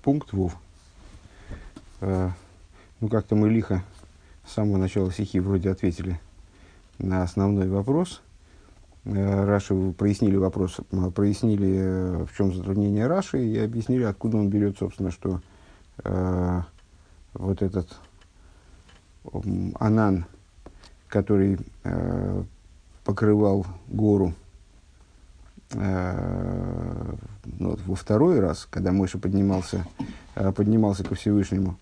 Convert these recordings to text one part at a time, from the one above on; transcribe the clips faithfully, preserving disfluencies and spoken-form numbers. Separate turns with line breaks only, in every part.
Пункт Вов. Ну, как-то мы лихо с самого начала стихи вроде ответили на основной вопрос. Раши прояснили вопрос, прояснили, в чем затруднение Раши, и объяснили, откуда он берет, собственно, что э, вот этот э, анан, который э, покрывал гору э, ну, вот во второй раз, когда Моше поднимался, э, поднимался ко Всевышнему,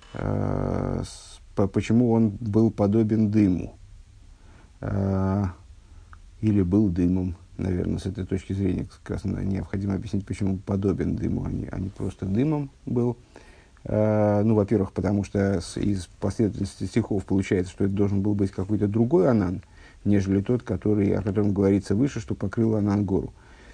э, с, по, почему он был подобен дыму. Э, или был дымом, наверное, с этой точки зрения, как раз необходимо объяснить, почему подобен дыму, а не, а не просто дымом был. Э, ну, во-первых, потому что с, из последовательности стихов получается, что это должен был быть какой-то другой анан, нежели тот, который, о котором говорится выше, что покрыл анан гору.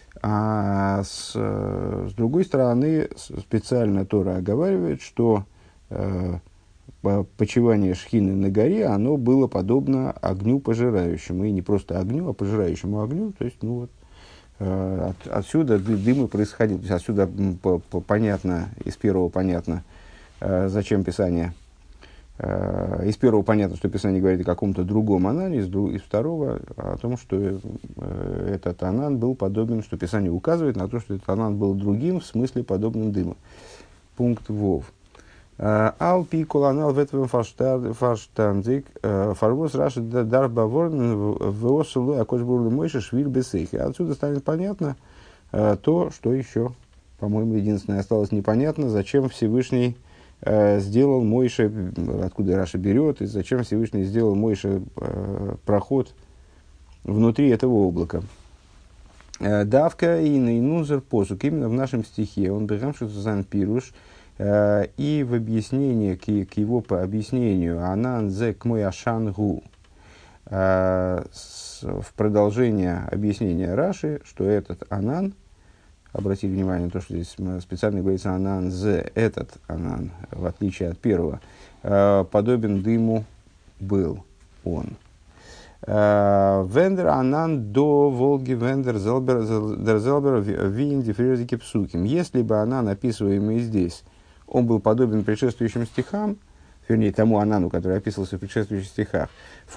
А с, с другой стороны, специально Тора оговаривает, что э, почивание шхины на горе, оно было подобно огню пожирающему. И не просто огню, а пожирающему огню. То есть, ну вот, э, от, отсюда дым и происходил. То есть, отсюда по, по, понятно, из первого понятно, э, зачем Писание. Э, из первого понятно, что Писание говорит о каком-то другом анане, из, из второго о том, что э, этот анан был подобен, что Писание указывает на то, что этот анан был другим, в смысле подобным дыму. Пункт Вов. Алпи колонал в этом фарштандик фарвоз раши дарба ворн в осулу акошбурлу мойши швиль бесейхи. Отсюда станет понятно то, что еще, по-моему, единственное осталось непонятно, зачем Всевышний сделал Мойше, откуда Раша берет, и зачем Всевышний сделал Мойше проход внутри этого облака. Давка и нейнузер посук, именно в нашем стихе, он бегамшут зан пируш, и в объяснении, к, к его по объяснению, анан зе к мой ашангу, в продолжение объяснения Раши, что этот анан, обратите внимание на то, что здесь специально говорится анан зе, этот анан, в отличие от первого, подобен дыму был он. Вендер анан до Волги вендер зелбер вин дифферезики псуким. Если бы анан, описываемый здесь, он был подобен предшествующим стихам, вернее, тому анану, который описывался в предшествующих стихах,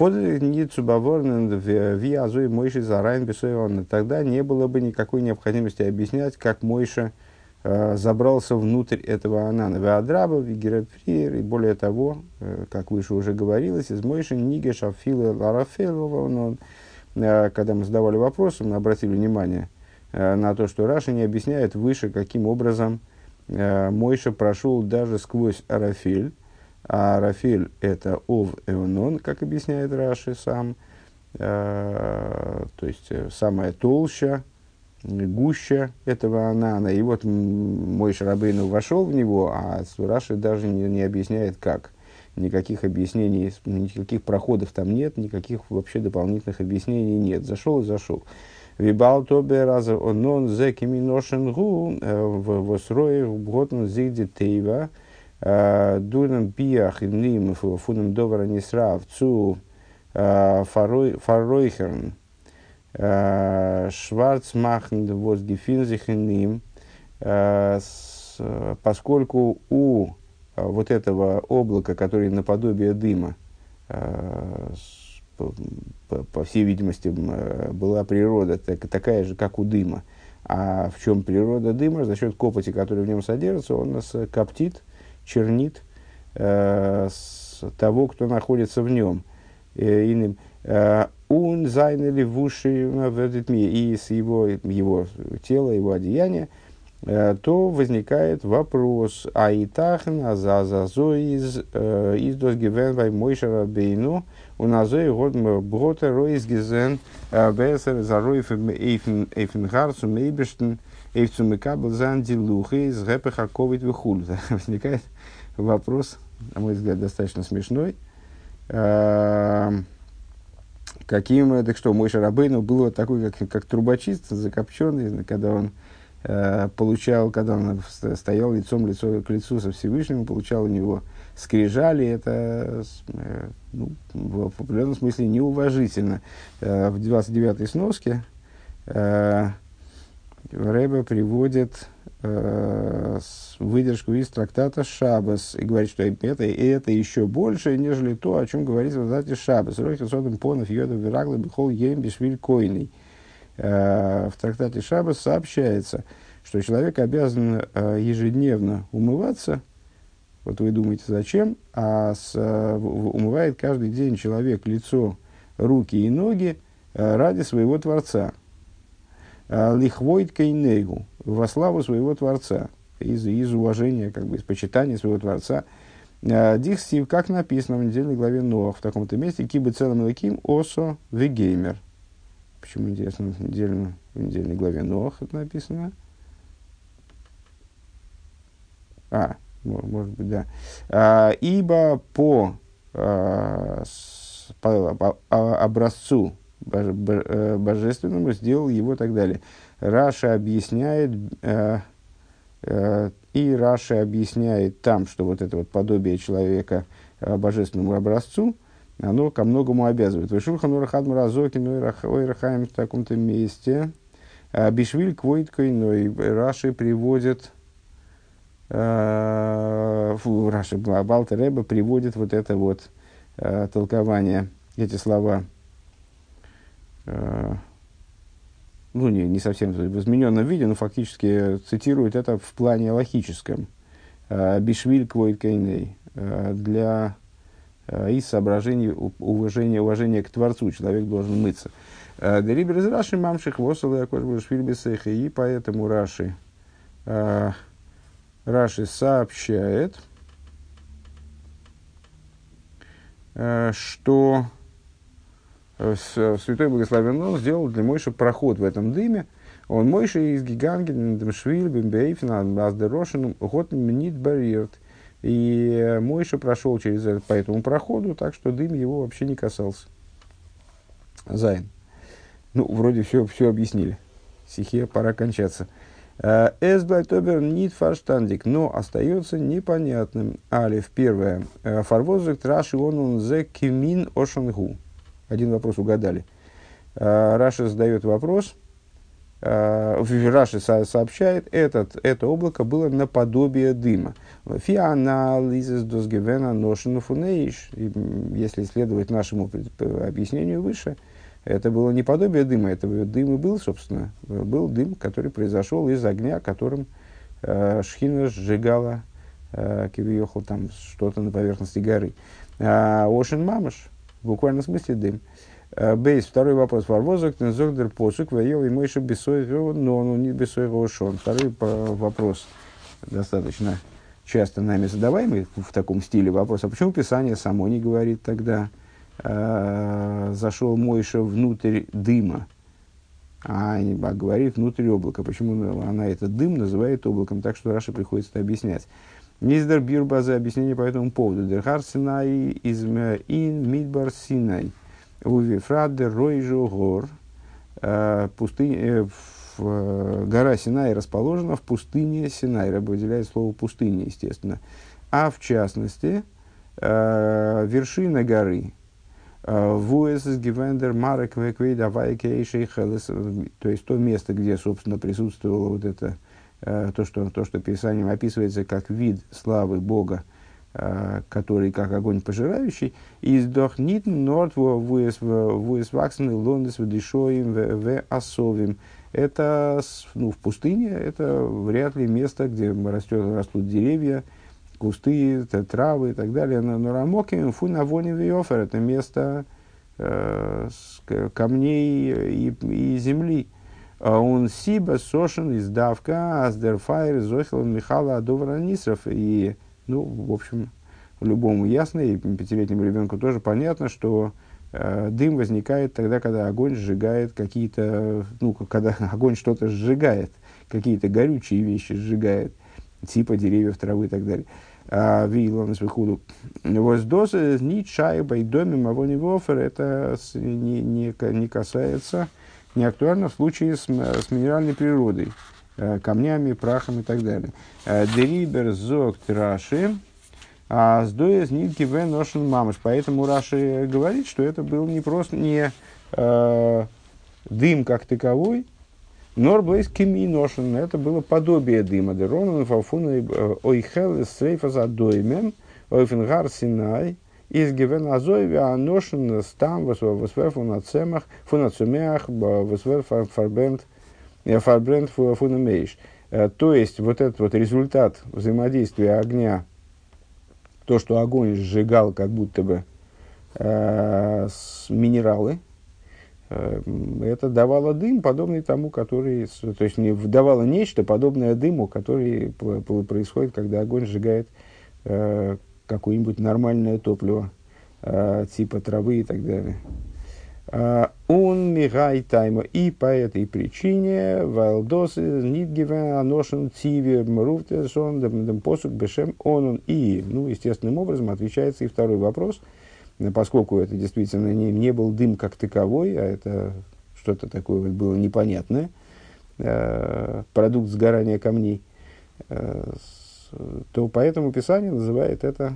тогда не было бы никакой необходимости объяснять, как Мойша э, забрался внутрь этого анана. И более того, э, как выше уже говорилось, из Мойши Ниге Шафила Ларафел, когда мы задавали вопросы, мы обратили внимание э, на то, что Раши не объясняет выше, каким образом Мойша прошел даже сквозь Арафель, а Арафель – это Ов Эонон, как объясняет Раши сам, э, то есть самая толща, гуща этого анана. И вот Мойша Рабейну вошел в него, а Раши даже не, не объясняет как. Никаких объяснений, никаких проходов там нет, никаких вообще дополнительных объяснений нет. Зашел и зашел. Вибал тобе раза онон зеки миношен гу в восрое готн зиди тейва дурным пиях ним фуном довара несрав цу фаройхерн шварцмахн возгефинзихен ним, поскольку у вот этого облака, который наподобие дыма, По, по, по всей видимости, была природа так, такая же, как у дыма. А в чем природа дыма? За счет копоти, которая в нем содержится, он нас коптит, чернит э, с того, кто находится в нем. Он зайнели в уши и с его, его тела, его одеяния, э, то возникает вопрос: Аитахн, Азазазо из из досгивен Мойша Рабейну, у нас и год брота роизгизен бесер зароев эйфенгарцу мейбештен эйфцумекабл зандилухи из гэпехаковит выхуль. Возникает вопрос, на мой взгляд, достаточно смешной. Каким, так что, Мойша Рабейну был вот такой, как, как трубочист, закопченный, когда он э, получал, когда он стоял лицом лицо, к лицу со Всевышним, получал у него скрижали, это э, ну, в, в определенном смысле неуважительно. Э, в двадцать девятой сноске э, Ребе приводит э, выдержку из трактата Шабас и говорит, что это, это еще больше, нежели то, о чем говорится в трактате Шабас. Рохи сотым понов йодов вираглы бихол ем бишвиль койный. В трактате Шабас сообщается, что человек обязан ежедневно умываться. Вот вы думаете, зачем? А с, умывает каждый день человек лицо, руки и ноги ради своего Творца. Лихвойт кейнегу, во славу своего Творца, из, из уважения, как бы, из почитания своего Творца. Дихстив, как написано в недельной главе Ноах, в таком-то месте, кибы целым лаким осо вегеймер. Почему, интересно, в недельной, в недельной главе Ноах это написано? А, может быть, да. А, ибо по, а, с, по, по образцу боже, боже, божественному сделал его и так далее. Раша объясняет, а, а, и Раша объясняет там, что вот это вот подобие человека а, божественному образцу, оно ко многому обязывает. Вышурхан урахад мразоки, но и рахаем в таком-то месте. Бишвиль квойткой, но и Раши приводит, фу, Раши Балтер Ребе приводит вот это вот э, толкование, эти слова, э, ну, не, не совсем в измененном виде, но фактически цитирует это в плане логическом. Бишвиль квойткой, э, для из соображений уважения, уважения к Творцу человек должен мыться. Дерибер из Раши мамших восал и акошбушвильбисеха. И поэтому Раши, Раши сообщает, что Святой Благословен Он сделал для Мойши проход в этом дыме. Он Мойши из Гиганген, Демшвиль, Бембейфен, Аздерошин, Гот Мнит Барьерт. И Мойша прошел через это, по этому проходу, так что дым его вообще не касался. Зайн. Ну, вроде все, все объяснили. Сихе, пора кончаться. Эсблайтобер нит фарштандик, но остается непонятным. Алиф, первое. Фарвозек траши он зе кимин ошангу. Один вопрос угадали. Раша задает вопрос. Раши сообщает, этот, это облако было наподобие дыма. Если следовать нашему объяснению выше, это было не подобие дыма, это дым и был, собственно, был дым, который произошел из огня, которым э, Шхина сжигала э, кивиохал там что-то на поверхности горы. А Ошен Мамаш, в буквальном смысле дым. Бейс, второй вопрос. Варвозок, тензогдер посук, воел и мойша бессойго, но он не бессойго ушон. Второй вопрос, достаточно часто нами задаваемый в таком стиле вопрос. А почему Писание само не говорит тогда, э, зашел Мойша внутрь дыма, а, а говорит внутрь облака? Почему она этот дым называет облаком? Так что Раши приходится это объяснять. Низдер бирбаза объяснение по этому поводу. Дерхар Синай из ин мидбар Синай. Увифрадер Ройжо гор, гора Синай расположена в пустыне Синай. Раб выделяет слово пустыня, естественно. А в частности, вершина горы. Вуэс гивендер марек веквейда вайкейшей хелес. То есть то место, где, собственно, присутствовало вот это, то, что, то, что Писанием описывается как вид славы Бога, который как огонь пожирающий, издохнит норд вуэсваксен лондес вдешоим в асовим. Это, ну, в пустыне, это вряд ли место, где растет, растут деревья, кусты, травы и так далее. Но рамоким фу навони виофер, это место э, камней и, и земли. Он сиба сошен издавка аздерфайр зохил Михала Адовранисров. И ну, в общем, любому ясно, и пятилетнему ребенку тоже понятно, что э, дым возникает тогда, когда огонь сжигает какие-то, ну, когда огонь что-то сжигает, какие-то горючие вещи сжигает, типа деревьев, травы и так далее. Вилон с выходу. Воздоз ни шайба и доме мавони вофер, это не, не, не касается, не актуально в случае с, с минеральной природой, камнями, прахом и так далее. Дерибер зогт Раши, а сдоез нитки в ношен мамыш. Поэтому Раши говорит, что это был не просто не э, дым как таковой, Норблейс кими ношен, это было подобие дыма. Деронан фафуны ойхел срейфа за доймем, ойфенгар синай, из гивен азойви, а ношен стам восвер фунацемах, фунацумеах, восвер фарбренд, фарбренд фунамейш. То есть, вот этот вот результат взаимодействия огня, то, что огонь сжигал как будто бы э, с минералы, э, это давало дым, подобный тому, который... То есть, не, давало нечто, подобное дыму, который происходит, когда огонь сжигает э, какое-нибудь нормальное топливо, э, типа травы и так далее. Он мигай тайма, и по этой причине валдосы нидгивен аношен тиви мруфтешон дем посук бешем он и, ну, естественным образом отвечается и второй вопрос, поскольку это действительно не, не был дым как таковой, а это что-то такое вот было непонятное, э, продукт сгорания камней, э, с, то поэтому Писание называет это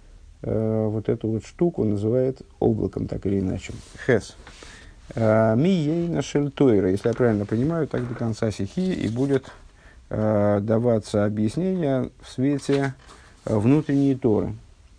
вот эту вот штуку называет облаком, так или иначе. Хес. Ми ейна шельтойра. Если я правильно понимаю, так до конца стихи и будет э, даваться объяснение в свете внутренней Торы.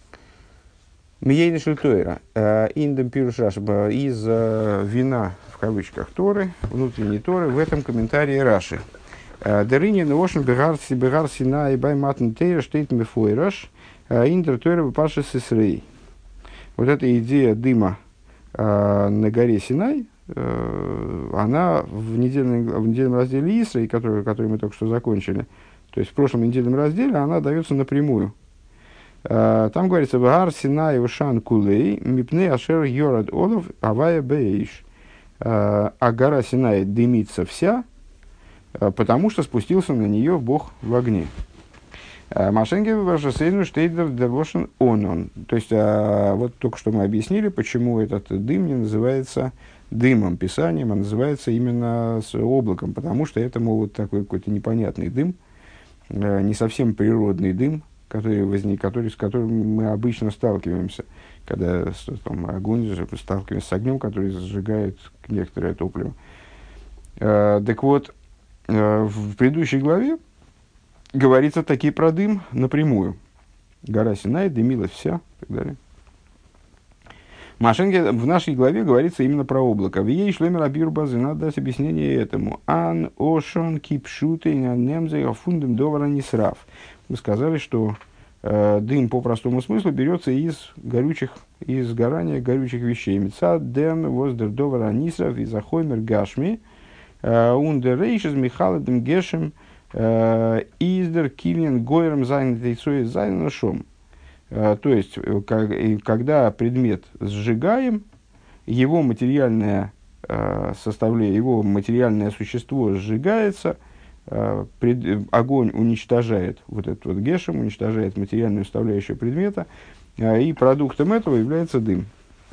Ми ейна шельтойра. Индем пируш из э, вина, в кавычках, Торы, внутренней Торы, в этом комментарии Раши. Дерини ношен бегарси бегарси на и байматн тейра штейт мефойраш. Индер Тойра Паша Сисрей. Вот эта идея дыма э, на горе Синай, э, она в недельном, в недельном разделе Исрей, который, который мы только что закончили, то есть в прошлом недельном разделе, она дается напрямую. Э, там говорится: «Вагар Синай Ушан Кулей, мипне Ашер Йорад Олов, Авая Бейш». А гора Синай дымится вся, потому что спустился на нее Бог в огне. Машенге Вашасейну Штейдер Дервошен Онон. То есть, а, вот только что мы объяснили, почему этот дым не называется дымом, писанием, а называется именно с облаком, потому что это, мол, вот такой какой-то непонятный дым, а, не совсем природный дым, который возник, который, с которым мы обычно сталкиваемся, когда там, огонь сталкиваемся с огнем, который сжигает некоторое топливо. А, так вот, а, в предыдущей главе говорится таки про дым напрямую. Гора Синай дымилась вся, и так далее. Машенге в нашей главе говорится именно про облако. В ей шлемер абирбазы, надо дать объяснение этому. Ан ошон кипшуты немзе фундем довара нисрав. Мы сказали, что э, дым по простому смыслу берется из горючих, из сгорания горючих вещей. Мецад дем воздер довара нисрав и захоймер гашми ундерейш из михаладем гешем издер кивен гойрем зайн тейцой зайн шом. То есть, когда предмет сжигаем, его материальное составление, его материальное существо сжигается, огонь уничтожает вот этот вот гешем, уничтожает материальную составляющую предмета, и продуктом этого является дым.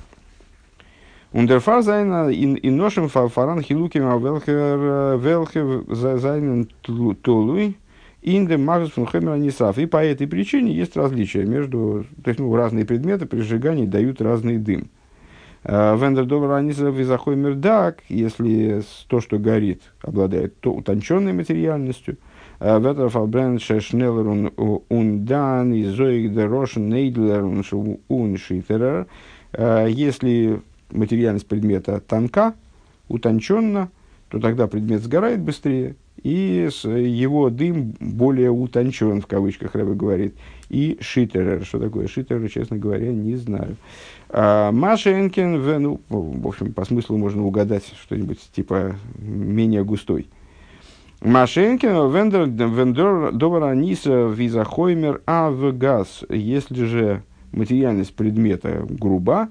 Ундерфар зайна и ношем фаран хилуким велхер велхер зайнен толуй индем магнус фун хемера нисав. И по этой причине есть различия между, то есть, ну, разные предметы при сжигании дают разный дым. Вендер добра нисав и захоймер дак, если то, что горит, обладает то утонченной материальностью. Ветер фабрен шешнелер ундан и зоик дерошен нейдлер уншитерер. Если материальность предмета тонка, утонченна, то тогда предмет сгорает быстрее, и его дым более утончен, в кавычках Рэбе говорит. И шитерер. Что такое шитерер, честно говоря, не знаю. А, Машенкин, в, ну, в общем, по смыслу можно угадать что-нибудь типа менее густой. Машенкин, вендер, вендер, довара ниса, визахоймер, а в газ. Если же материальность предмета груба,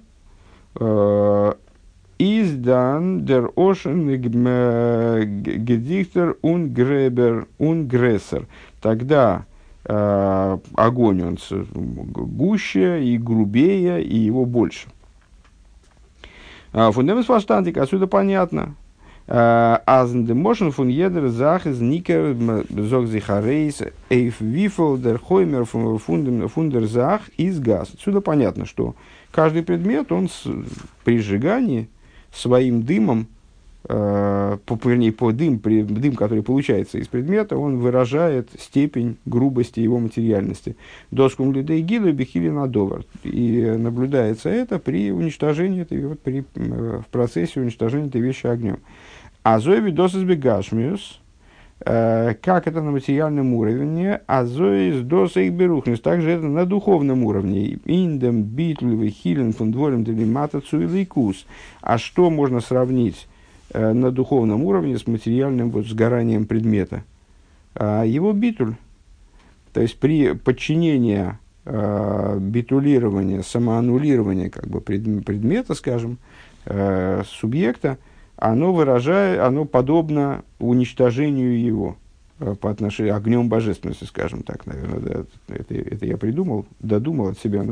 издан дер ошен гедиктер ун гребер ун грессер. Тогда э, огонь он гуще и грубее, и его больше. Фундамент фаштантик, отсюда понятно. Азн де мошен фун едер захез никер зог зихарейс эйф вифл дер хоймер фундер зах из газ. Отсюда понятно, что каждый предмет, он с, при сжигании своим дымом э, по, вернее, по дым, при, дым, который получается из предмета, он выражает степень грубости его материальности. Доскум людей гилу бихили на довар. И наблюдается это при уничтожении этой, вот, при, э, в процессе уничтожения этой вещи огнем. А зоеви досыс бегашмиус, как это на материальном уровне, а зоис досых берухнус, также это на духовном уровне. Индем битлевый хилен фундворем делимата цуиликус. А что можно сравнить э, на духовном уровне с материальным вот, сгоранием предмета? А, его битуль. То есть при подчинении э, битулирования, самоаннулирования как бы, пред, предмета, скажем, э, субъекта, оно выражает, оно подобно уничтожению его э, по отношению огнем божественности, скажем так, наверное, да, это, это я придумал, додумал от себя.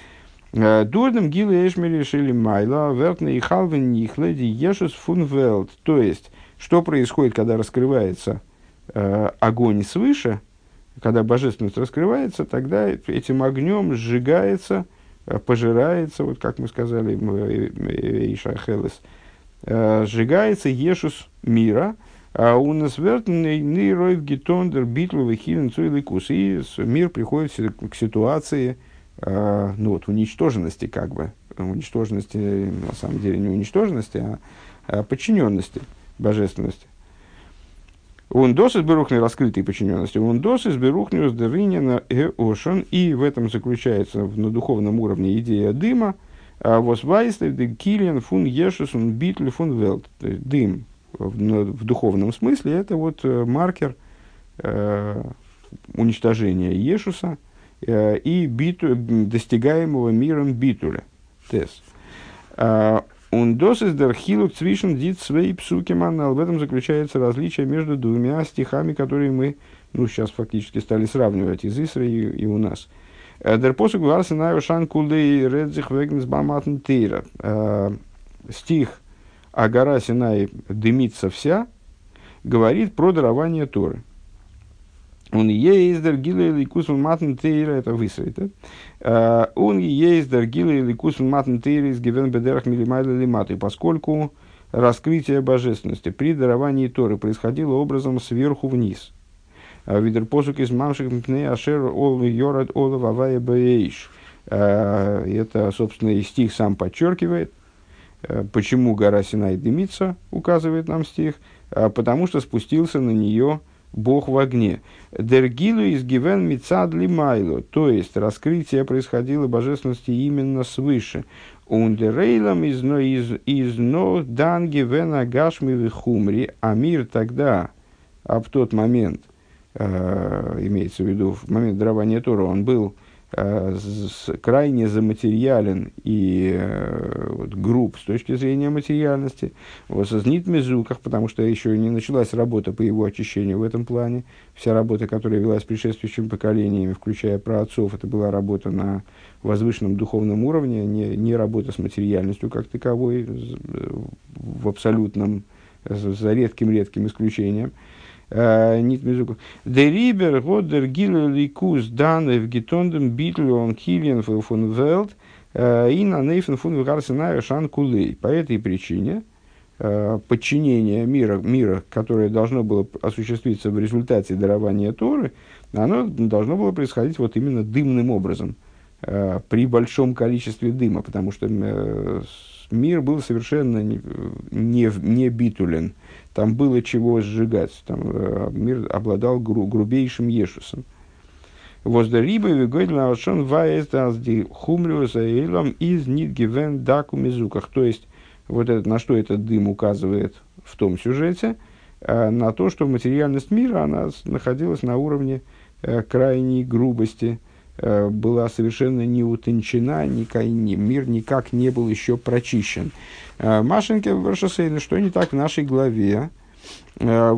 Дурдем гилы эшмери решили майла, вертны и халвен нихледи ешус фунвелд. То есть, что происходит, когда раскрывается э, огонь свыше, когда божественность раскрывается, тогда этим огнем сжигается, э, пожирается, вот как мы сказали, Ишахелес, сжигается ешус мира, а у нас вертный нейроев гитондер битловый хилен цуиликус. И мир приходит к ситуации ну, вот, уничтоженности, как бы, уничтоженности, на самом деле не уничтоженности, а подчиненности божественности. Он досыс берухный раскрытой подчиненности, он досыс берухнюс давинина эошон, и в этом заключается на духовном уровне идея дыма. Восвайстев де килиан фун ешус он битль фун велт. Дым в, в духовном смысле это вот маркер э, уничтожения ешуса э, и биту, достигаемого миром битуля. Тес. Он досыс дер хилук цвишен дит свей псуки манал. В этом заключается различие между двумя стихами, которые мы ну, сейчас фактически стали сравнивать из Исра и, и у нас. Der посук варса на шан кулей редзих вегнес баматн тейра. Стих «А гора Синай дымится вся» говорит про дарование Торы. Он ездер гилей ликусун матн тейра, это высрет. Он ездер гилей ликусун матн тейра из гивен бедерах милимайла лиматы, поскольку раскрытие божественности при даровании Торы происходило образом сверху вниз. Видер посук из мамших mpnei ашер ол йорад олов авая бэйш. Это, собственно, и стих сам подчеркивает, почему гора Синай дымится, указывает нам стих, потому что спустился на нее Бог в огне. Дергилу из гивен мицад лимайло, то есть раскрытие происходило божественности именно свыше. Ундерейлам из но из из но дан гивен агашми вихумри, а мир тогда, а в тот момент, имеется в виду в момент дарования Тора, он был э, с, крайне заматериален и э, вот, груб с точки зрения материальности, воссознит мезуках, потому что еще не началась работа по его очищению в этом плане. Вся работа, которая велась предшествующими поколениями, включая праотцов, это была работа на возвышенном духовном уровне, не, не работа с материальностью как таковой, в абсолютном, за редким-редким исключением. Нит мезуку. Дерибер годер гилер ликус данев гитондем битл он хилиен фун велт и на нейфен фун вегарсенайр шан кулей. По этой причине подчинение мира, мира, которое должно было осуществиться в результате дарования Торы, оно должно было происходить вот именно дымным образом, при большом количестве дыма, потому что мир был совершенно не, не, не битулен. Там было чего сжигать. Там, э, мир обладал гру, грубейшим ешусом. Воздариба вегойдна ашон ваэстас ди хумриуса эйлам из нидгивен даку мизуках. То есть, вот это, на что этот дым указывает в том сюжете, э, на то, что материальность мира, она находилась на уровне э, крайней грубости, э, была совершенно не утончена, никак, ни, мир никак не был еще прочищен. Машеньке в Рашасейне, что не так в нашей главе, где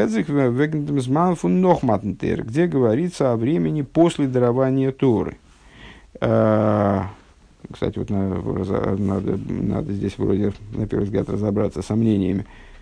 говорится о времени после дарования Торы. Кстати, вот надо, надо, надо здесь вроде, на первый взгляд, разобраться с сомнениями.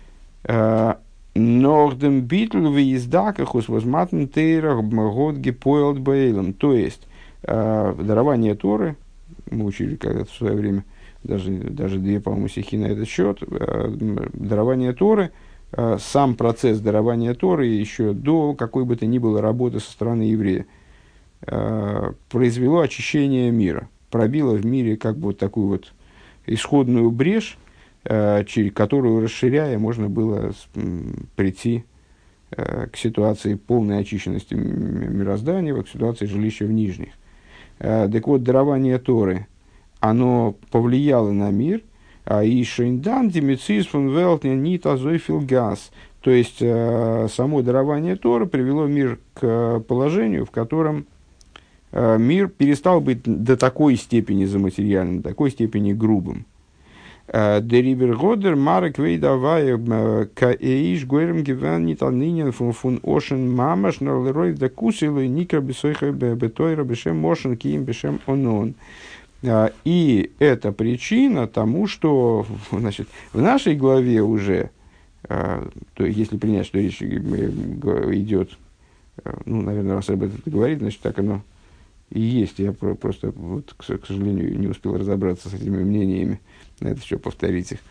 Нордем битл выездакахус возматн тейрах год гепоэлд бэйлом. То есть, дарование Торы, мы учили когда-то в свое время, даже, даже две, по-моему, стихи на этот счет, дарование Торы, сам процесс дарования Торы еще до какой бы то ни было работы со стороны еврея произвело очищение мира, пробило в мире как бы вот такую вот исходную брешь, через которую, расширяя, можно было прийти к ситуации полной очищенности мироздания, к ситуации жилища в нижних. Так вот, дарование Торы, оно повлияло на мир, и шейндан демицис фун велтне нит азойфил газ. То есть, само дарование Торы привело мир к положению, в котором мир перестал быть до такой степени заматериальным, до такой степени грубым. Дерибер Годер, Марек Вейдавай, Каэиш, Гуэрм Гивен, Ниталнинен, Фун Ошен, Мамаш, Нарлерой, Дакусилу, Никра Бесойха, Бетойра, Бешем Мошен, Киим, Бешем Онон. И это причина тому, что, значит, в нашей главе уже, то если принять, что речь идет, ну, наверное, раз об этом говорит, значит, так оно и есть. Я просто, вот, к сожалению, не успел разобраться с этими мнениями. На это еще повторить их.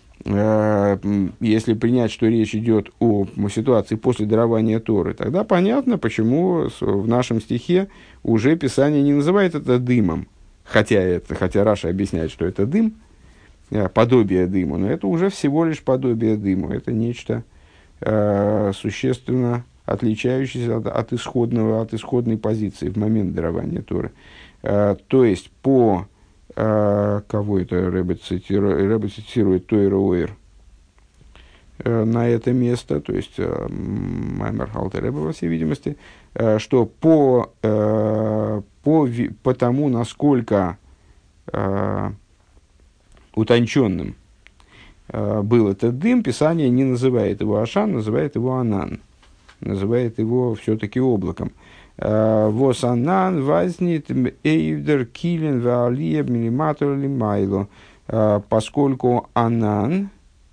Если принять, что речь идет о ситуации после дарования Торы, тогда понятно, почему в нашем стихе уже Писание не называет это дымом. Хотя, это, хотя Раша объясняет, что это дым, подобие дыму, но это уже всего лишь подобие дыму. Это нечто э, существенно отличающееся от, от, исходного, от исходной позиции в момент дарования Торы. Э, то есть, по Uh, кого это Ребе цитирует, Ребе цитирует Тойра Ойр uh, на это место, то есть uh, Маймер Алтер Ребе, во всей видимости, uh, что по, uh, по, по тому, насколько uh, утонченным uh, был этот дым, Писание не называет его Ашан, называет его Анан, называет его все-таки облаком. Вос анан вознит эйвдер килен ваалия миллиматор лимайло, поскольку анан,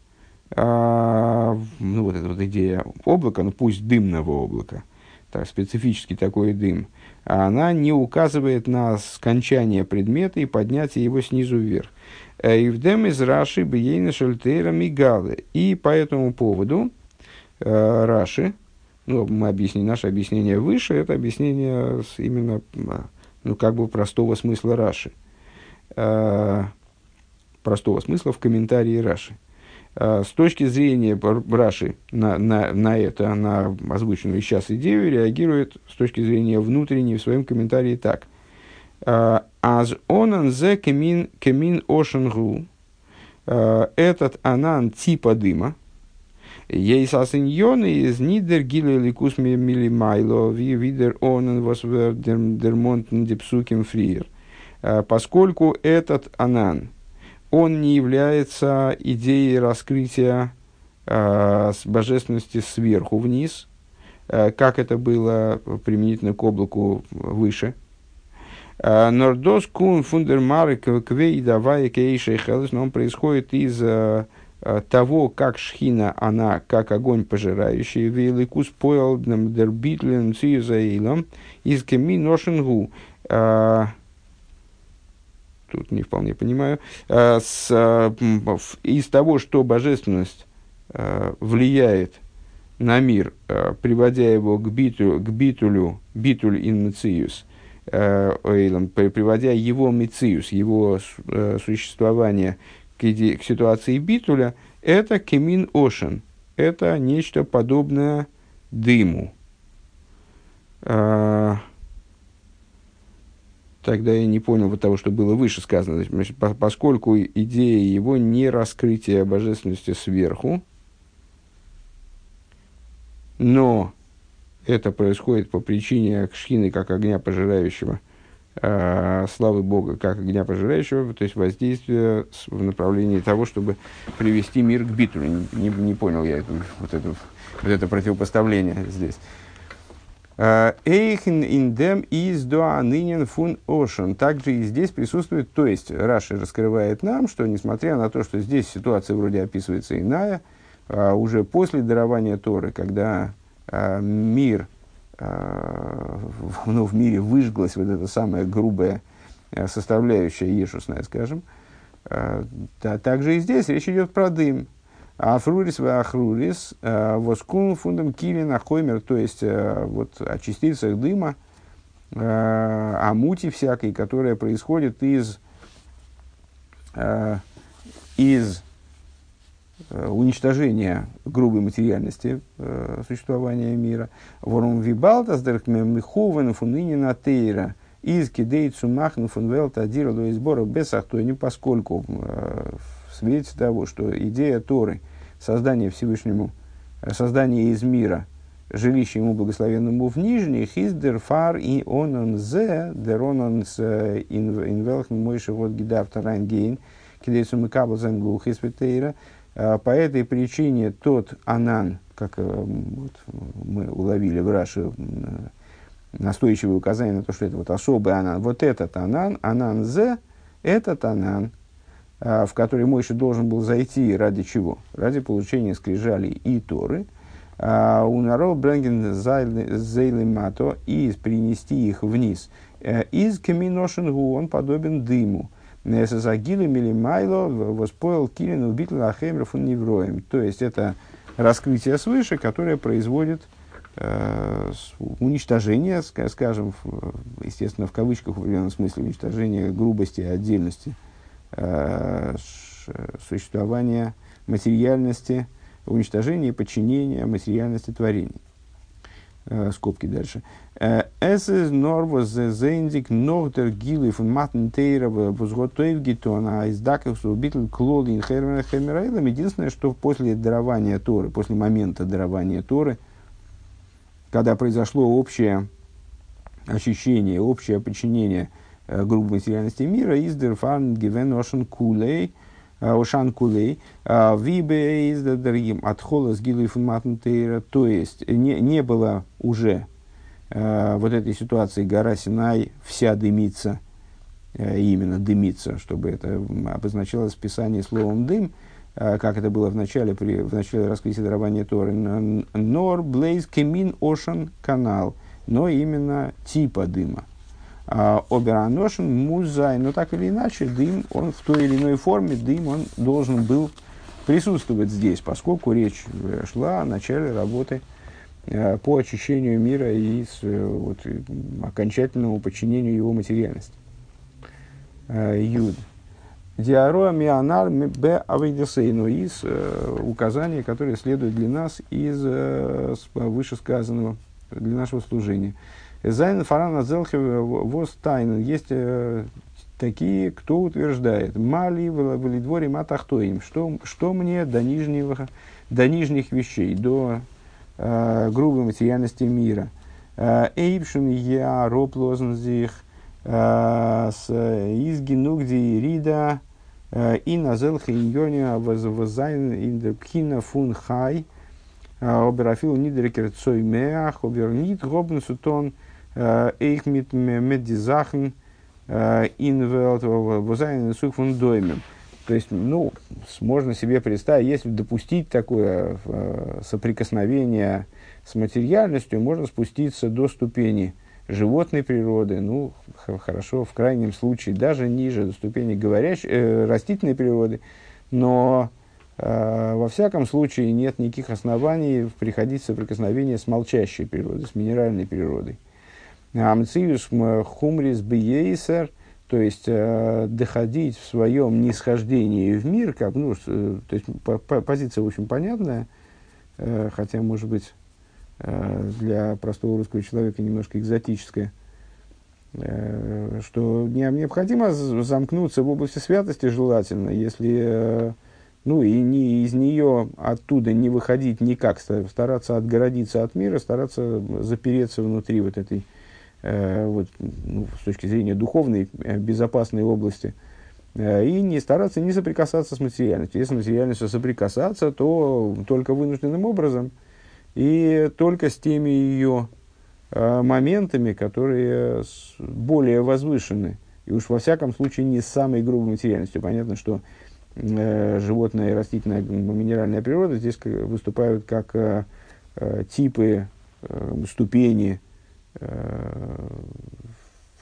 ну вот эта вот идея облака, ну пусть дымного облака, так, специфический такой дым, она не указывает на скончание предмета и поднятие его снизу вверх. Эйвдем из Раши бьейна шельтейра мигалы. И по этому поводу Раши, ну, мы объяснили, наше объяснение выше, это объяснение с именно, ну, как бы простого смысла Раши. Э, простого смысла в комментарии Раши. Э, с точки зрения Раши на, на, на это, на озвученную сейчас идею, реагирует с точки зрения внутренней в своем комментарии так. «Аз онан зе кемин ошенгу». Этот анан типа дыма. Ейс асиньон из нидер гиле ликус милимайло ви видер онен восвер дермонтен депсуким фриер. Поскольку этот анан, он не является идеей раскрытия э, с божественности сверху вниз, э, как это было применительно к облаку выше. Нордос кун фундермарк квей давай кейшей хелес, но он происходит из того, как шхина, она, как огонь пожирающий, великус поел дербитлен цизаилом из кеми ношенгу. Тут не вполне понимаю. С, из того, что божественность влияет на мир, приводя его к, биту, к битулю, битуль ин мециус, приводя его мециус, его существование к, иде, к ситуации битуля, это кемин ошен, это нечто подобное дыму. А, тогда я не понял вот того, что было выше сказано. Значит, по, поскольку идея его не раскрытие божественности сверху, но это происходит по причине шхины, как огня пожирающего, э, славы Бога, как огня пожирающего, то есть воздействие в направлении того, чтобы привести мир к битулю. Не, не, не понял я это, вот, это, вот это противопоставление здесь. Эйхен индем из доанынен фун ошен. Также и здесь присутствует, то есть Раши раскрывает нам, что несмотря на то, что здесь ситуация вроде описывается иная, а уже после дарования Торы, когда а, мир, а, в, ну, в мире выжглась вот эта самая грубая а, составляющая ешусная, скажем, Также и здесь речь идет про дым. Афрурис в ахрурис, воскун фундам килин ахоймер, то есть вот о частицах дыма, о мути всякой, которая происходит из, из уничтожения грубой материальности существования мира. Ворум вибалтас деркмемиховен фунинина тейра из кидейцу махну фун велта диралу из сбора бесахтойни, поскольку в свете того, что идея Торы, создание Всевышнему, создание из мира, жилище ему благословенному в нижних, из дерфар и онон зе, деронон с инвелхн мойши вот гидавта рангейн, кидейцу мыкабл зенглух из ветейра. По этой причине тот анан, как вот, мы уловили в Раши, настойчивое указание на то, что это вот особый анан, вот этот анан, анан зе, этот анан, в который Мойше должен был зайти ради чего? Ради получения скрижалей и Торы. У народ бренген зейлемато, и принести их вниз. Из каминошенгу он подобен дыму. Несазагилу милимайло воспоил килин убитл ахемров невроем. То есть это раскрытие свыше, которое производит э, уничтожение, скажем, в, естественно, в кавычках, в определенном смысле, уничтожение грубости и отдельности э, существования материальности, уничтожение и подчинение материальности творений. Э, скобки дальше. Es ist nur, was sehensig noch der Gile von Matentейра, was готовит гитон, а из даков убитл клоли in хемераилам. Единственное, что после дарования Торы, после момента дарования Торы, когда произошло общее очищение, общее подчинение э, грубой материальности мира, из дерфан гивен ошен кулей, ошан кулей, вибе из дергим отхола с Гилой von Matentейра, то есть не, не было уже вот этой ситуации гора Синай вся дымится, именно дымится, чтобы это обозначалось в Писании словом «дым», как это было в начале, при, в начале раскрытия дарования Торы. «Нор блейз кемин ошан канал», но именно типа дыма. «Обераношен музай», но так или иначе, дым, он в той или иной форме, дым, он должен был присутствовать здесь, поскольку речь шла о начале работы по очищению мира и с, вот, окончательному подчинению его материальности. Юд. Диароа мианар б авейдесейну, из указаний, которые следуют для нас из вышесказанного, для нашего служения. Зайн фарана зелхе востайн. Есть такие, кто утверждает, мали в лидворе матахтоим, что, что мне до нижнего, до нижних вещей, до грубой материальности мира. Эйпшун я роплознзих из генугди рида и назел хиньоня воззайн индеркина фун хай оберафил нидеркер цой меах обернит гобнсутон эйх мит медизахн инвелт воззайн сух фун доймем. То есть, ну, можно себе представить, если допустить такое э, соприкосновение с материальностью, можно спуститься до ступени животной природы, ну, х- хорошо, в крайнем случае, даже ниже, до ступени говорящей, э, растительной природы, но э, во всяком случае нет никаких оснований приходить в соприкосновение с молчащей природой, с минеральной природой. Амциус хумрис биейсер, то есть э, доходить в своем нисхождении в мир, как, ну, э, то есть по, по, позиция, в общем, понятная, э, хотя, может быть, э, для простого русского человека немножко экзотическая, э, что не, необходимо замкнуться в области святости желательно, если, э, ну, и не, из нее оттуда не выходить никак, стараться отгородиться от мира, стараться запереться внутри вот этой, вот, ну, с точки зрения духовной, безопасной области, и не стараться не соприкасаться с материальностью. Если с материальностью соприкасаться, то только вынужденным образом и только с теми ее моментами, которые более возвышены, и уж во всяком случае не с самой грубой материальностью. Понятно, что животная и растительная минеральная природа здесь выступают как типы, ступени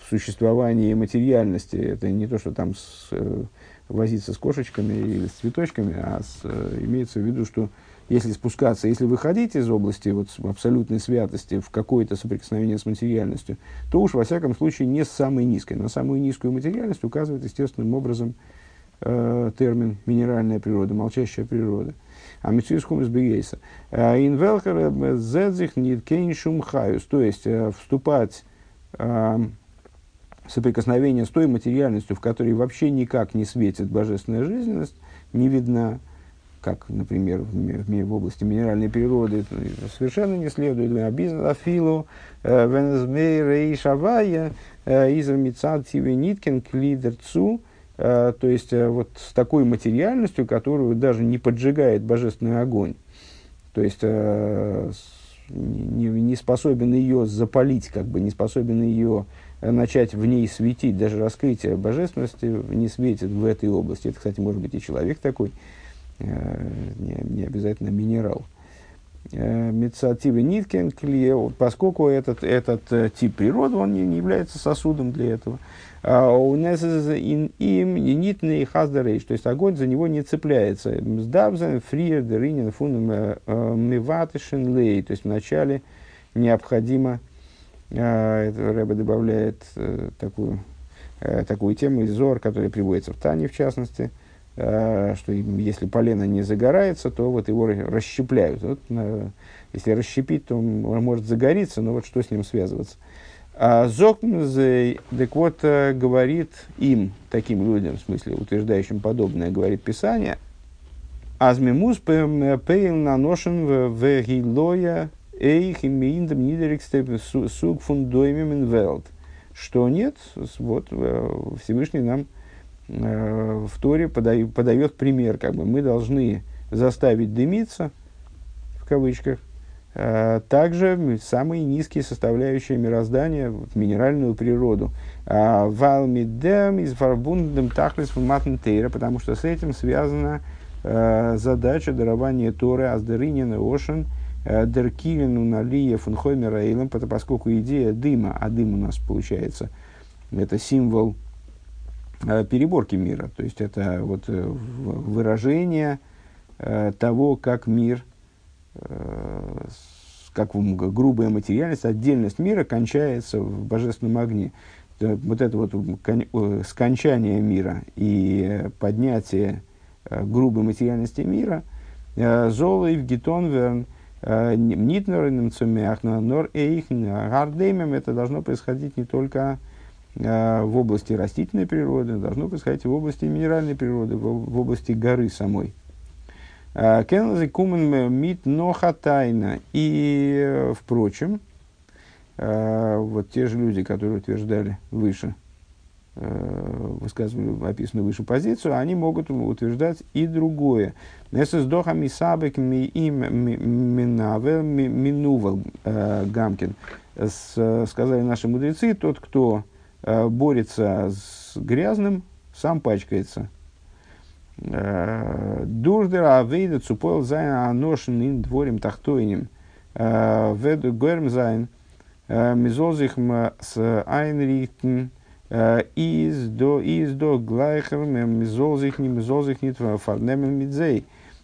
существования материальности. Это не то, что там с, э, возиться с кошечками или с цветочками, а с, э, имеется в виду, что если спускаться, если выходить из области вот, абсолютной святости в какое-то соприкосновение с материальностью, то уж во всяком случае не с самой низкой. На самую низкую материальность указывает естественным образом э, термин «минеральная природа», «молчащая природа». А митсуис хумус бейса. Инвелхер зедзих нит кейн шум хаюс. То есть э, вступать э, в соприкосновение с той материальностью, в которой вообще никак не светит божественная жизненность, не видна, как, например, в, в, в области минеральной природы, совершенно не следует. Афилу венезмей рейшавая изамицативе ниткин клидерцу. То есть, вот с такой материальностью, которую даже не поджигает божественный огонь. То есть, не, не способен ее запалить, как бы, не способен ее начать в ней светить. Даже раскрытие божественности не светит в этой области. Это, кстати, может быть и человек такой, не, не обязательно минерал. Мецативы ниткин клео, поскольку этот, этот тип природы, он не, не является сосудом для этого. У нас им нитный хаздерейш, то есть огонь за него не цепляется. Сдабзен фриер деринен фун миватышен лей, то есть вначале необходимо, это Рэбе добавляет такую, такую тему из Зор, которая приводится в Тане в частности, что если полено не загорается, то вот его расщепляют. Вот, если расщепить, то он может загориться, но вот что с ним связываться. А Зокмзе, так вот, говорит им, таким людям, в смысле, утверждающим подобное, говорит Писание, «Азмимус пейл наношен в гилоя эйх имеиндам нидерикстеп суг фундоймем инвелд». Что нет, вот Всевышний нам в Торе подает, подает пример, как бы мы должны заставить дымиться, в кавычках, а, также самые низкие составляющие мироздания, вот, минеральную природу. Валмидем из фарбундем тахлис матнтейра, потому что с этим связана а, задача дарования Торы аздеринен ошен деркилину налия фунхоймера эйлем, поскольку идея дыма, а дым у нас получается, это символ переборки мира, то есть это вот выражение э, того, как мир, э, как грубая материальность, отдельность мира кончается в божественном огне. Вот это вот кон, скончание мира и поднятие э, грубой материальности мира, золой в гетонверн нитнорным цумях, нор эйх гардемем, это должно происходить не только в области растительной природы, должно происходить и в области минеральной природы, в, в области горы самой. Кенлазы кумен мит нохатайна. И, впрочем, вот те же люди, которые утверждали выше, высказывали описанную выше позицию, они могут утверждать и другое. Несэсдоха мисабек ми им минавел минувал гамкин. Сказали наши мудрецы, тот, кто борется с грязным, сам пачкается. Дурдера авейда цупойл зайн аношен ин дворим тахтойним. Веду герм зайн мизолзихм с айнрихтен из до из до глайхерм мизолзихни мизолзихнит фарнемен мидзей.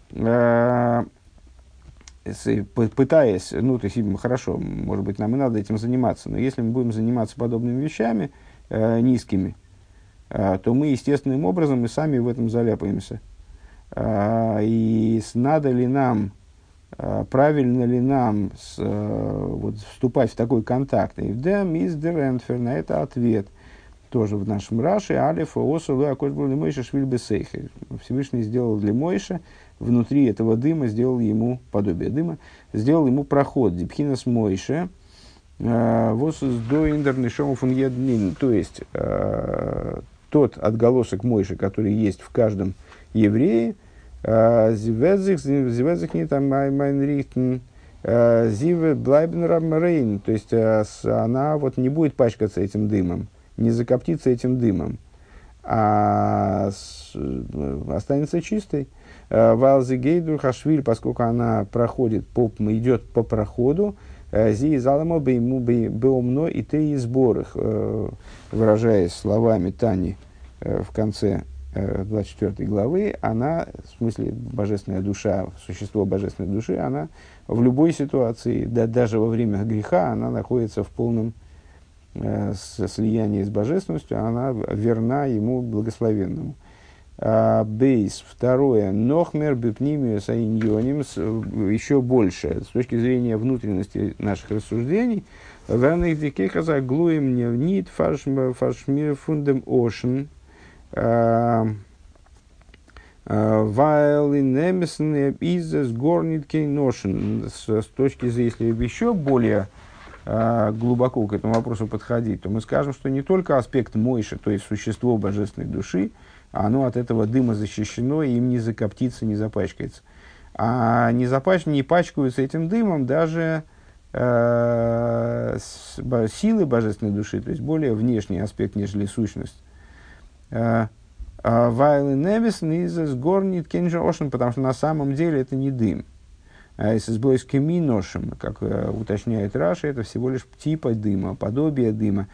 Пытаясь, ну, то есть, хорошо, может быть, нам и надо этим заниматься, но если мы будем заниматься подобными вещами э, низкими, э, то мы естественным образом и сами в этом заляпаемся. Э, и с, надо ли нам, э, правильно ли нам с, э, вот, вступать в такой контакт? И да, мисс Дерентфер, на это ответ. Тоже в нашем Раши, Алиф, Осу, Акошбур, Мойша, Швильбесейхер. Всевышний сделал для Мойша, внутри этого дыма сделал ему, подобие дыма, сделал ему проход, дипхинас Мойша, восус до индернишому фунгеднин, то есть э, тот отголосок Мойши, который есть в каждом еврее, зивезих не там майнрихтен, зиве блайбен рейн, то есть она вот не будет пачкаться этим дымом, не закоптится этим дымом, а с, останется чистой. Валзи гейдур хашвиль, поскольку она проходит, по, идет по проходу, Зи заламо бейму беомно и те и сборах, выражаясь словами Тани в конце двадцать четвёртой главы, она, в смысле божественная душа, существо божественной души, она в любой ситуации, да, даже во время греха, она находится в полном э, слиянии с божественностью, она верна ему благословенному. А, бейс, второе, нохмер бипнимию саиньоним, еще больше, с точки зрения внутренности наших рассуждений, верных дикеха заглуем не нит фашмир фундем ошен, Weil in Emerson is as горнит кейношен. С точки зрения, если еще более э, глубоко к этому вопросу подходить, то мы скажем, что не только аспект Мойши, то есть существо божественной души, оно от этого дыма защищено, и им не закоптится, не запачкается. А не, запач... не пачкаются этим дымом даже э, с, силы божественной души, то есть более внешний аспект, нежели сущность. Вайлы Невисон из горнит кенджа ошен, потому что на самом деле это не дым. Если с блойс кеминошем, как уточняет Раши, это всего лишь типа дыма, подобие дыма.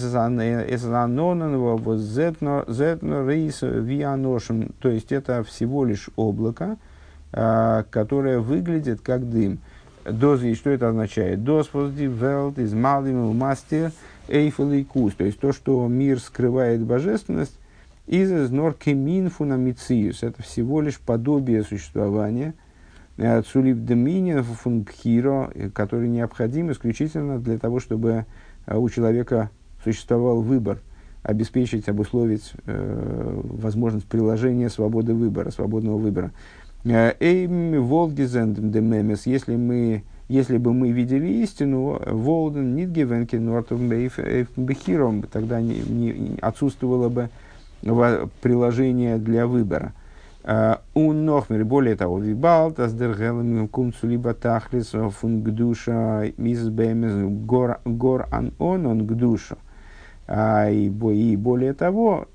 То есть это всего лишь облако, которое выглядит как дым. Дози, что это означает? Доз возди велт из малым мастер эйфеликус. То есть то, что мир скрывает божественность, из норкемин фунамициус. Это всего лишь подобие существования. Цулип доминин функхиро, который необходим исключительно для того, чтобы у человека существовал выбор, обеспечить, обусловить э, возможность приложения свободы выбора, свободного выбора. Эйм волгизендем демемес, если мы Если бы мы видели истину, Волден Нидгевенки Нортом Бехиром, тогда не, не, отсутствовало бы приложение для выбора. У Нохмер, более того, Вибалт, Аздергелем, Кунцу, либо Тахлис, Фунгдуша, Мизбемес, Гор Анон, Гдуша. И более того,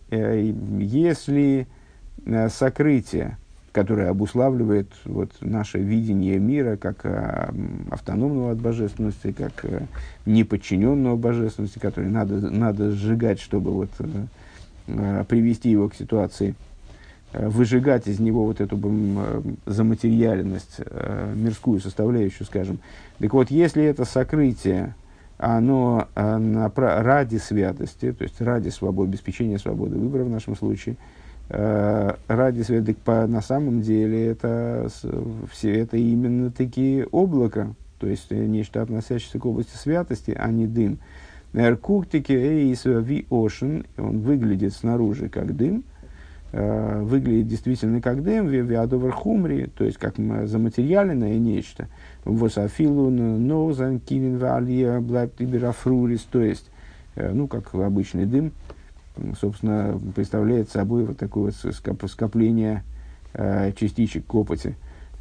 если сокрытие, которое обуславливает вот, наше видение мира как а, автономного от божественности, как а, неподчиненного божественности, который надо, надо сжигать, чтобы вот, а, привести его к ситуации, а, выжигать из него вот эту а, заматериальность, а, мирскую составляющую, скажем. Так вот, если это сокрытие, оно а, на, ради святости, то есть ради свободы, обеспечения свободы выбора в нашем случае, ради света, на самом деле это, все это именно такие облака, то есть нечто относящееся к области святости, а не дым. Эркуктики эйс ви ошен, он выглядит снаружи как дым, выглядит действительно как дым, виадовар хумри, то есть как заматериальное нечто. Восафилун нозан кинин валия блаптиберафрурис, то есть, ну, как обычный дым, собственно, представляет собой вот такое вот скопление э, частичек копоти.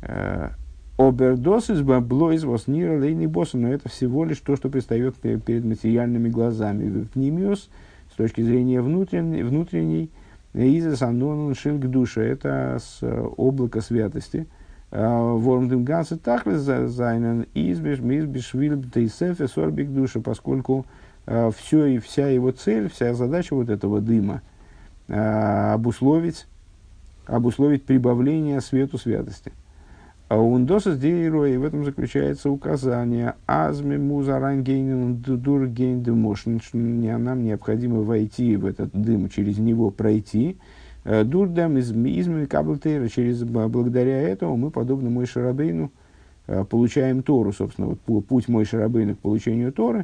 Обердос из бабло из вас нира лейный босса, но это всего лишь то, что предстает перед материальными глазами. Пнемиус, с точки зрения внутренней, внутренней изес анонон шильк душа, это с облака святости. Вормдем ганса тахлес зайнен избиш мизбиш вильбтейсефе сорбик душа, поскольку Uh, все и вся его цель, вся задача вот этого дыма uh, обусловить, обусловить прибавление свету святости. А у Ундоса и в этом заключается указание азме музарангейн дургейн демошн, что нам необходимо войти в этот дым, через него пройти. Дурдам из изми каблтейра, через благодаря этому мы, подобно Моше Рабейну, получаем Тору, собственно, вот путь Моше Рабейну к получению Торы.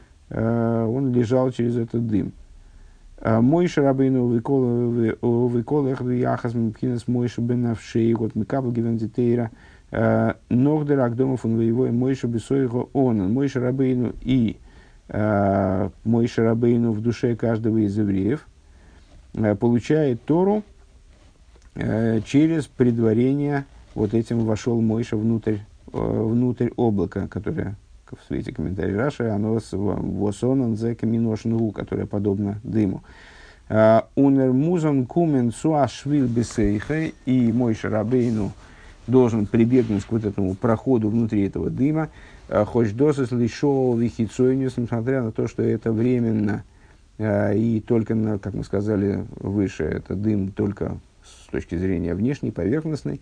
Он лежал через этот дым. Моше Рабейну выкол их яхас мкинес Моше бенавшей вот микабл гивендитейра ногдер агдомов он воевой Моше бесойго он Моше Рабейну и Моше Рабейну в душе каждого из евреев получает Тору через предварение, вот этим вошел Моше внутрь, внутрь облака, которое в свете комментария Раши, оно восонан зе каминошну, которое подобно дыму. Унер музон кумен суашвил бесейхе, и Моше Рабейну должен прибегнуть к вот этому проходу внутри этого дыма. Хоть досыс лишел вихицойнюс, несмотря на то, что это временно, и только, на, как мы сказали выше, это дым только с точки зрения внешней, поверхностной.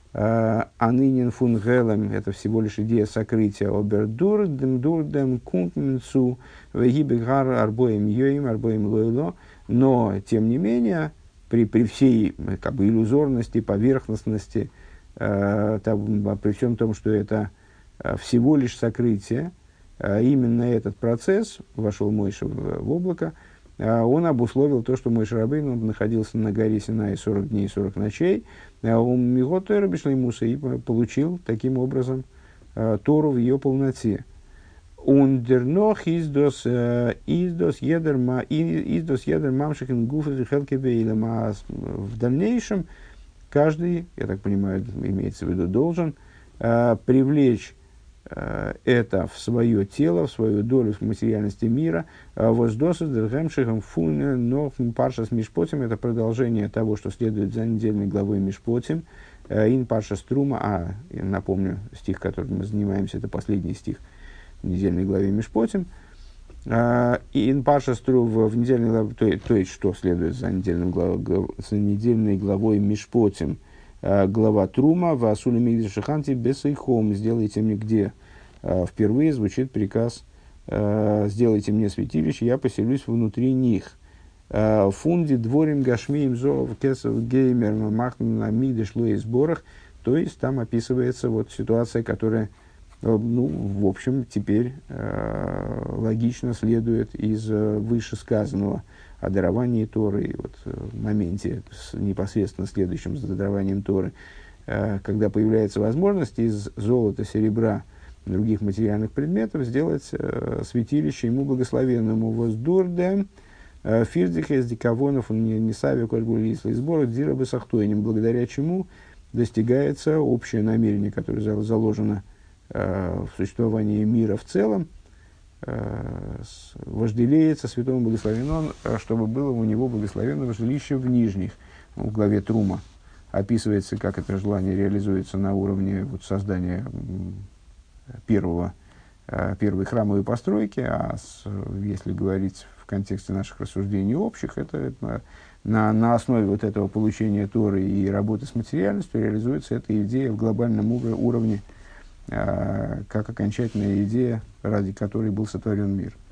Анынин фунгелем — это всего лишь идея сокрытия. Обердурдем дурдем кунтменцу вегибегар арбоем йоим арбоем лойло. Но, тем не менее, при, при всей как бы, иллюзорности, поверхностности, э, там, при всем том, что это всего лишь сокрытие, именно этот процесс, вошел Мойша в, в облако, он обусловил то, что Мойша Рабейну находился на горе Синай сорок дней и сорок ночей, он Мигот Тойра Бишлей Муса и получил таким образом Тору в ее полноте. Ундернох издос издос едер ма издос едер мамшихин гуфы хелки бейлем. А в дальнейшем каждый, я так понимаю, имеется в виду, должен привлечь это в свое тело, в свою долю в материальности мира. Воздосус дергемшихам фун но паршас мишпотим — это продолжение того, что следует за недельной главой Мишпотим. Ин паршас трума, а я напомню, стих, которым мы занимаемся, это последний стих в недельной главе Мишпотим. Ин паршас трума в недельной главе, то, то есть что следует за недельной главой, за недельной главой Мишпотим. Глава Трума в Асуле Мигдашиханти Бесайхом. Сделайте мне, где впервые звучит приказ сделайте мне святилище, я поселюсь внутри них. Фунди дворим гашмием зов кесов геймер махна мигдаш луи сборах. То есть там описывается вот ситуация, которая, ну, в общем, теперь логично следует из вышесказанного о даровании Торы, и вот в моменте, с, непосредственно следующим за дарованием Торы, э, когда появляется возможность из золота, серебра, других материальных предметов сделать э, святилище ему благословенному. Воздурдем фирдихе с дикавонов не сави кольгули и сбора дира бесахтойним, благодаря чему достигается общее намерение, которое заложено э, в существовании мира в целом, вожделеется святому благословенному, чтобы было у него благословенное жилище в нижних. В главе Трума описывается, как это желание реализуется на уровне вот, создания первого, первой храмовой постройки, а с, если говорить в контексте наших рассуждений общих, это на, на основе вот этого получения Торы и работы с материальностью реализуется эта идея в глобальном уровне, как окончательная идея, ради которой был сотворен мир.